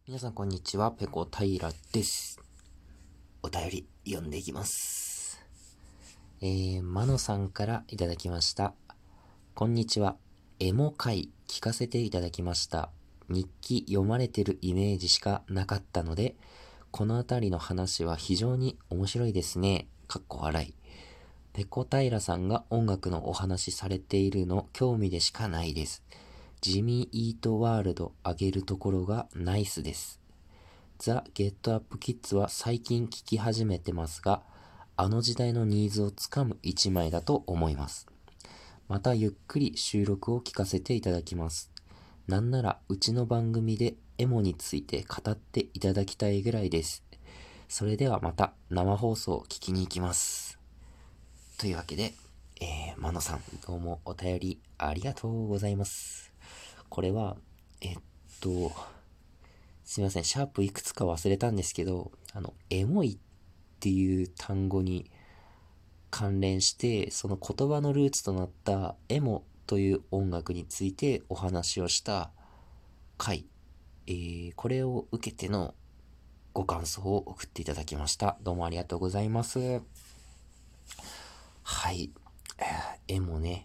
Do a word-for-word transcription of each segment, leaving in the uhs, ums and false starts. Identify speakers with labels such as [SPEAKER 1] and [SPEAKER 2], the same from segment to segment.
[SPEAKER 1] 皆さんこんにちは、ペコ平です。お便り読んでいきます。えー、マノさんからいただきました。こんにちは。エモ回聞かせていただきました。日記読まれてるイメージしかなかったので、このあたりの話は非常に面白いですね。かっこ笑い。ペコ平さんが音楽のお話されているの興味でしかないです。ジミー・イート・ワールド上げるところがナイスです。ザ・ゲットアップ・キッズは最近聞き始めてますが、あの時代のニーズをつかむ一枚だと思います。またゆっくり収録を聞かせていただきます。なんならうちの番組でエモについて語っていただきたいぐらいです。それではまた生放送聞きに行きます。というわけで、えー、マノさん、どうもお便りありがとうございます。これは、えっと、すみません、シャープいくつか忘れたんですけど、あの、エモいっていう単語に関連して、その言葉のルーツとなったエモという音楽についてお話をした回、えー、これを受けてのご感想を送っていただきました。どうもありがとうございます。はい、エモね。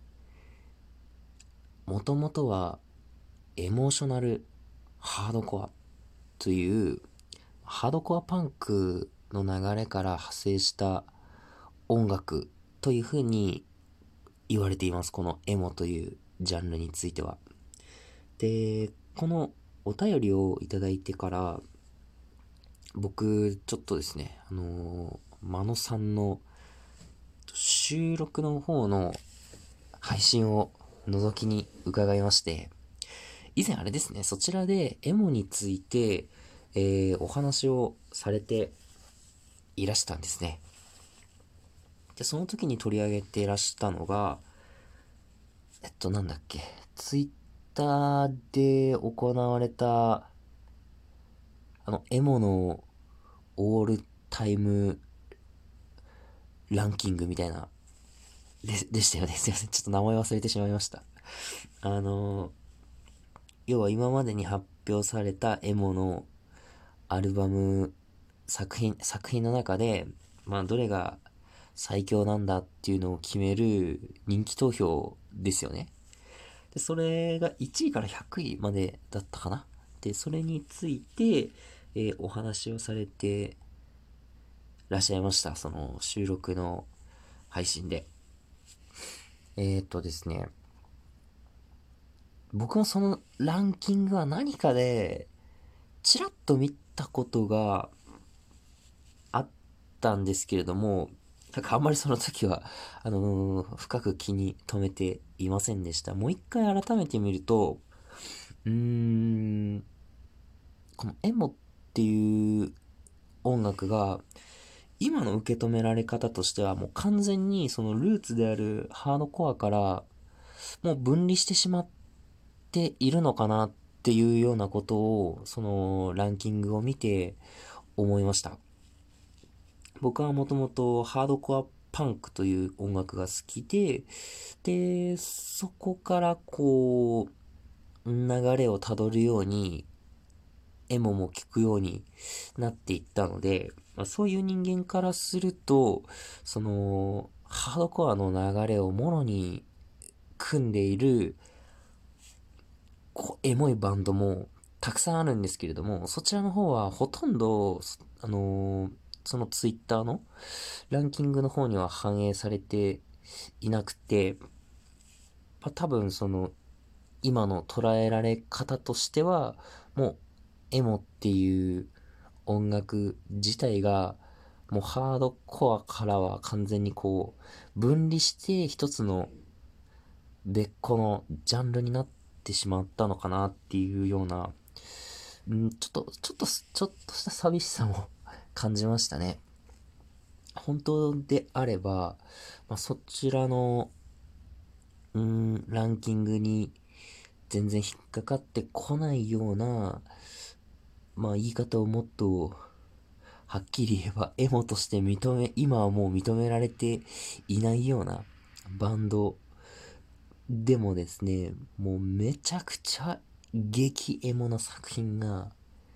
[SPEAKER 1] もともとはエモーショナルハードコアというハードコアパンクの流れから派生した音楽というふうに言われています。このエモというジャンルについては。で、このお便りをいただいてから、僕、ちょっとですね、あのー、マノさんの収録の方の配信を覗きに伺いまして、以前あれですね、そちらでエモについて、えー、お話をされていらしたんですね。で、その時に取り上げていらしたのが、えっと、なんだっけ、ツイッターで行われた、あの、エモのオールタイムランキングみたいな、で、でしたよね。すいません。ちょっと名前忘れてしまいました。あの、要は今までに発表されたエモのアルバム、作品、作品の中で、まあ、どれが最強なんだっていうのを決める人気投票ですよね。で、それがいちいからひゃくいまでだったかな。で、それについて、えーお話をされてらっしゃいました。その収録の配信で。えーっとですね、僕もそのランキングは何かで、ちらっと見たことがあったんですけれども、なんかあんまりその時は、あのー深く気に留めていませんでした。もう一回改めて見ると、うーん、このエモっていう音楽が、今の受け止められ方としてはもう完全にそのルーツであるハードコアからもう分離してしまっているのかなっていうようなことをそのランキングを見て思いました。僕はもともとハードコアパンクという音楽が好きで、で、そこからこう流れをたどるようにエモも聞くようになっていったので、まあ、そういう人間からすると、その、ハードコアの流れをもろに組んでいる、こう、エモいバンドもたくさんあるんですけれども、そちらの方はほとんど、あのーそのツイッターのランキングの方には反映されていなくて、まあ、多分その、今の捉えられ方としては、もう、エモっていう音楽自体が、もうハードコアからは完全にこう、分離して一つの別個のジャンルになってしまったのかなっていうような、んちょっと、ちょっと、ちょっとした寂しさも感じましたね。本当であれば、まあ、そちらの、うん、ランキングに全然引っかかってこないような、まあ言い方をもっとはっきり言えばエモとして認め、今はもう認められていないようなバンドでもですね、もうめちゃくちゃ激エモな作品が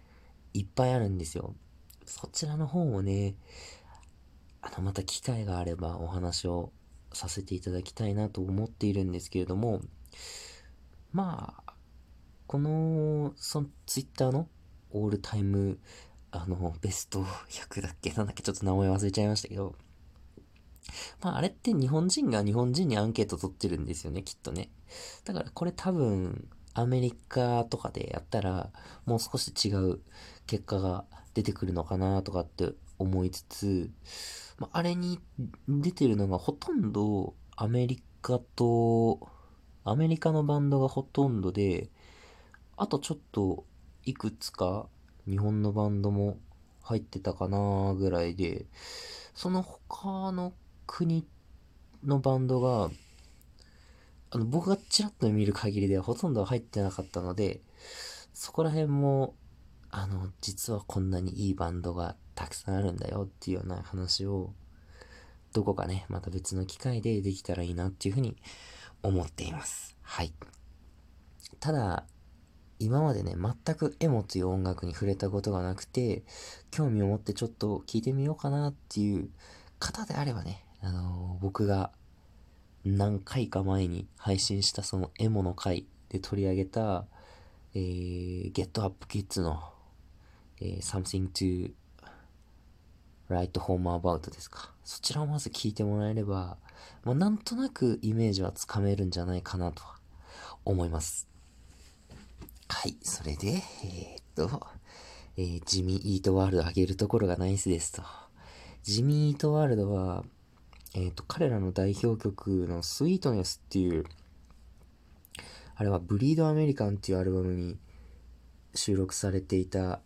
[SPEAKER 1] いっぱいあるんですよ。そちらの方もね、あの、また機会があればお話をさせていただきたいなと思っているんですけれども、まあ、この、そのツイッターのオールタイム、あの、ベストひゃくだっけなんだっけちょっと名前忘れちゃいましたけど、まあ、あれって日本人が日本人にアンケート取ってるんですよね、きっとね。だからこれ多分、アメリカとかでやったら、もう少し違う結果が出てくるのかなとかって思いつつ、まあ、あれに出てるのがほとんどアメリカと、アメリカのバンドがほとんどで、あとちょっといくつか日本のバンドも入ってたかなぐらいで、その他の国のバンドが、あの、僕がちらっと見る限りではほとんど入ってなかったので、そこら辺も、あの、実はこんなにいいバンドがたくさんあるんだよっていうような話を、どこかね、また別の機会でできたらいいなっていうふうに思っています。はい。ただ、今までね、全くエモという音楽に触れたことがなくて、興味を持ってちょっと聞いてみようかなっていう方であればね、あのー僕が何回か前に配信したそのエモの回で取り上げた、えー、Get Up Kids の、えー、Something to Write Home About ですか。そちらをまず聞いてもらえれば、まあ、なんとなくイメージはつかめるんじゃないかなと思います。はい、それで、えー、っと、えー、ジミー・イート・ワールド上げるところがナイスですと。ジミー・イート・ワールドは、えっ、と、彼らの代表曲のスイートネスっていう、あれはブリード・アメリカンっていうアルバムに収録されていた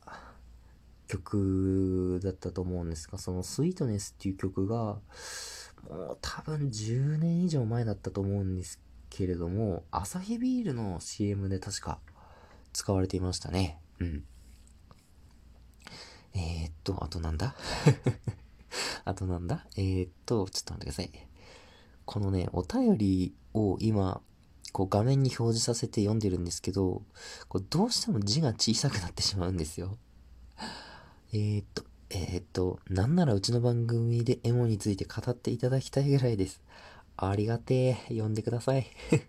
[SPEAKER 1] 曲だったと思うんですが、そのスイートネスっていう曲が、もう多分じゅうねん以上前だったと思うんですけれども、アサヒビールの シーエム で確か使われていましたね。うん。えー、っと、あとなんだあとなんだえー、っと、ちょっと待ってください。このね、お便りを今、こう画面に表示させて読んでるんですけど、こうどうしても字が小さくなってしまうんですよ。えー、っと、えー、っと、なんならうちの番組でエモについて語っていただきたいぐらいです。ありがてえ、読んでください。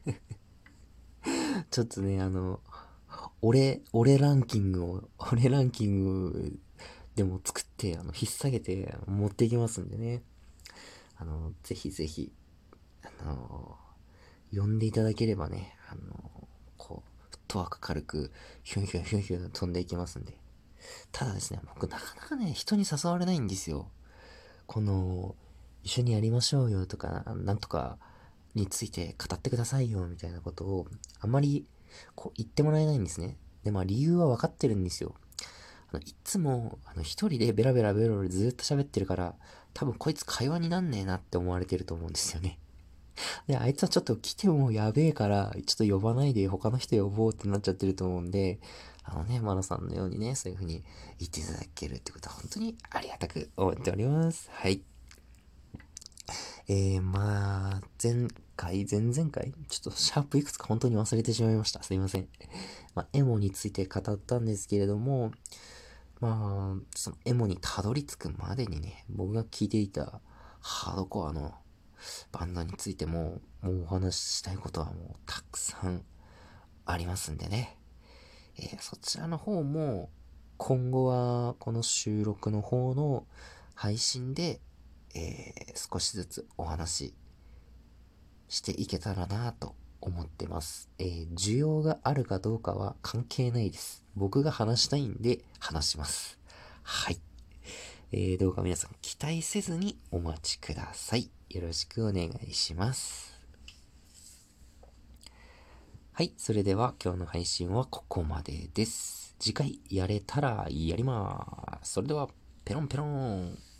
[SPEAKER 1] ちょっとね、あの、俺、俺ランキングを、俺ランキングでも作って、あの、引っ提げて持っていきますんでね。あの、ぜひぜひ、あの、呼んでいただければね、あの、こう、フットワーク軽く、ヒュンヒュンヒュンヒュン飛んでいきますんで。ただですね、僕なかなかね、人に誘われないんですよ。この、一緒にやりましょうよとか、なんとかについて語ってくださいよみたいなことを、あんまり、こう言ってもらえないんですね。で、まあ理由は分かってるんですよ。あのいつも、あの、一人でベラベラベラベラずっと喋ってるから、多分こいつ会話になんねえなって思われてると思うんですよね。で、あいつはちょっと来てもやべえから、ちょっと呼ばないで他の人呼ぼうってなっちゃってると思うんで、あのね、マナさんのようにね、そういう風に言っていただけるってことは本当にありがたく思っております。はい。えー、まあ、前回、前々回ちょっとシャープいくつか本当に忘れてしまいました。すいません。まあ、エモについて語ったんですけれども、まあ、そのエモにたどり着くまでにね、僕が聴いていたハードコアのバンドについても、もうお話ししたいことはもうたくさんありますんでね。えーそちらの方も、今後はこの収録の方の配信で、えー少しずつお話ししていけたらなと思ってます。えー需要があるかどうかは関係ないです。僕が話したいんで話します。はい。えー、どうか皆さん期待せずにお待ちください。よろしくお願いします。はい。それでは今日の配信はここまでです。次回やれたらやります。それでは、ペロンペロン。